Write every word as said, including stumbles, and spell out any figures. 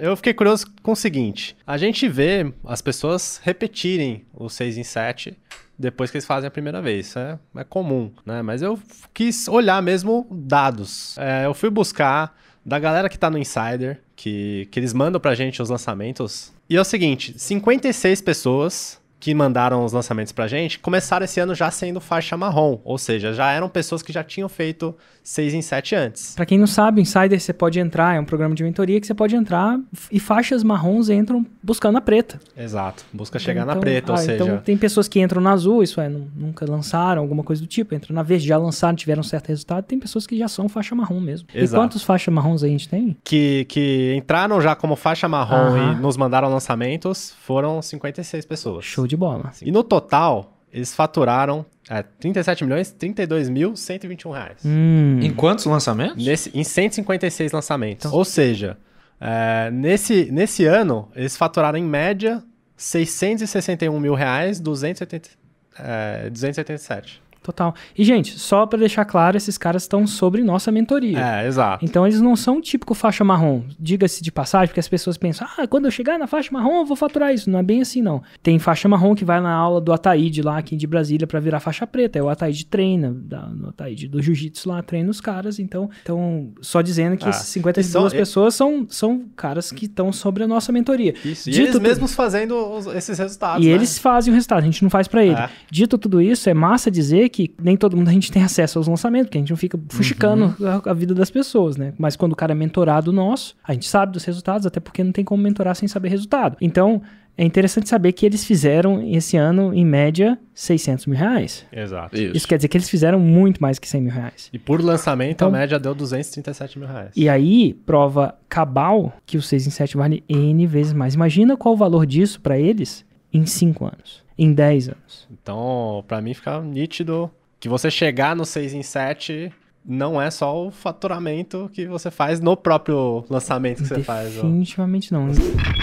eu fiquei curioso com o seguinte. A gente vê as pessoas repetirem o seis em sete depois que eles fazem a primeira vez. Isso é, é comum, né? Mas eu quis olhar mesmo dados. É, eu fui buscar da galera que tá no Insider, que, que eles mandam pra gente os lançamentos. E é o seguinte, cinquenta e seis pessoas que mandaram os lançamentos pra gente começaram esse ano já sendo faixa marrom. Ou seja, já eram pessoas que já tinham feito seis em sete antes. Pra quem não sabe, o Insider você pode entrar, é um programa de mentoria que você pode entrar e faixas marrons entram buscando a preta. Exato, busca chegar então, na preta, ah, ou seja... Então tem pessoas que entram na azul, isso é, não, nunca lançaram, alguma coisa do tipo, entram na verde, já lançaram, tiveram um certo resultado, tem pessoas que já são faixa marrom mesmo. Exato. E quantos faixas marrons a gente tem? Que, que entraram já como faixa marrom Aham. e nos mandaram lançamentos, foram cinquenta e seis pessoas. Show de bola. E no total, eles faturaram é, trinta e sete milhões, trinta e dois mil, cento e vinte e um reais. Hum. Em quantos lançamentos? Nesse, em cento e cinquenta e seis lançamentos. Então, ou seja, é, nesse, nesse ano, eles faturaram em média seiscentos e sessenta e um mil reais, duzentos e oitenta, é, duzentos e oitenta e sete. Total. E, gente, só pra deixar claro, esses caras estão sobre nossa mentoria. É, exato. Então, eles não são típico faixa marrom. Diga-se de passagem, porque as pessoas pensam, ah, quando eu chegar na faixa marrom, eu vou faturar isso. Não é bem assim, não. Tem faixa marrom que vai na aula do Ataíde lá aqui de Brasília pra virar faixa preta. É o Ataíde treina, da, o Ataíde do jiu-jitsu lá treina os caras. Então, então só dizendo que ah, esses cinquenta e duas são, pessoas são, são caras que estão sobre a nossa mentoria. Isso, Dito e eles tudo, mesmos fazendo os, esses resultados, E né? eles fazem o resultado, a gente não faz pra ele. É. Dito tudo isso, é massa dizer que nem todo mundo a gente tem acesso aos lançamentos, porque a gente não fica fuxicando uhum. a, a vida das pessoas, né? Mas quando o cara é mentorado nosso, a gente sabe dos resultados, até porque não tem como mentorar sem saber resultado. Então, é interessante saber que eles fizeram esse ano, em média, seiscentos mil reais. Exato. Isso. Isso quer dizer que eles fizeram muito mais que cem mil reais. E por lançamento, então, a média deu duzentos e trinta e sete mil reais. E aí, prova cabal que o seis em sete vale N vezes mais. Imagina qual o valor disso para eles em cinco anos, em dez anos. Então, para mim, fica nítido que você chegar no seis em sete não é só o faturamento que você faz no próprio lançamento que você faz. Definitivamente não.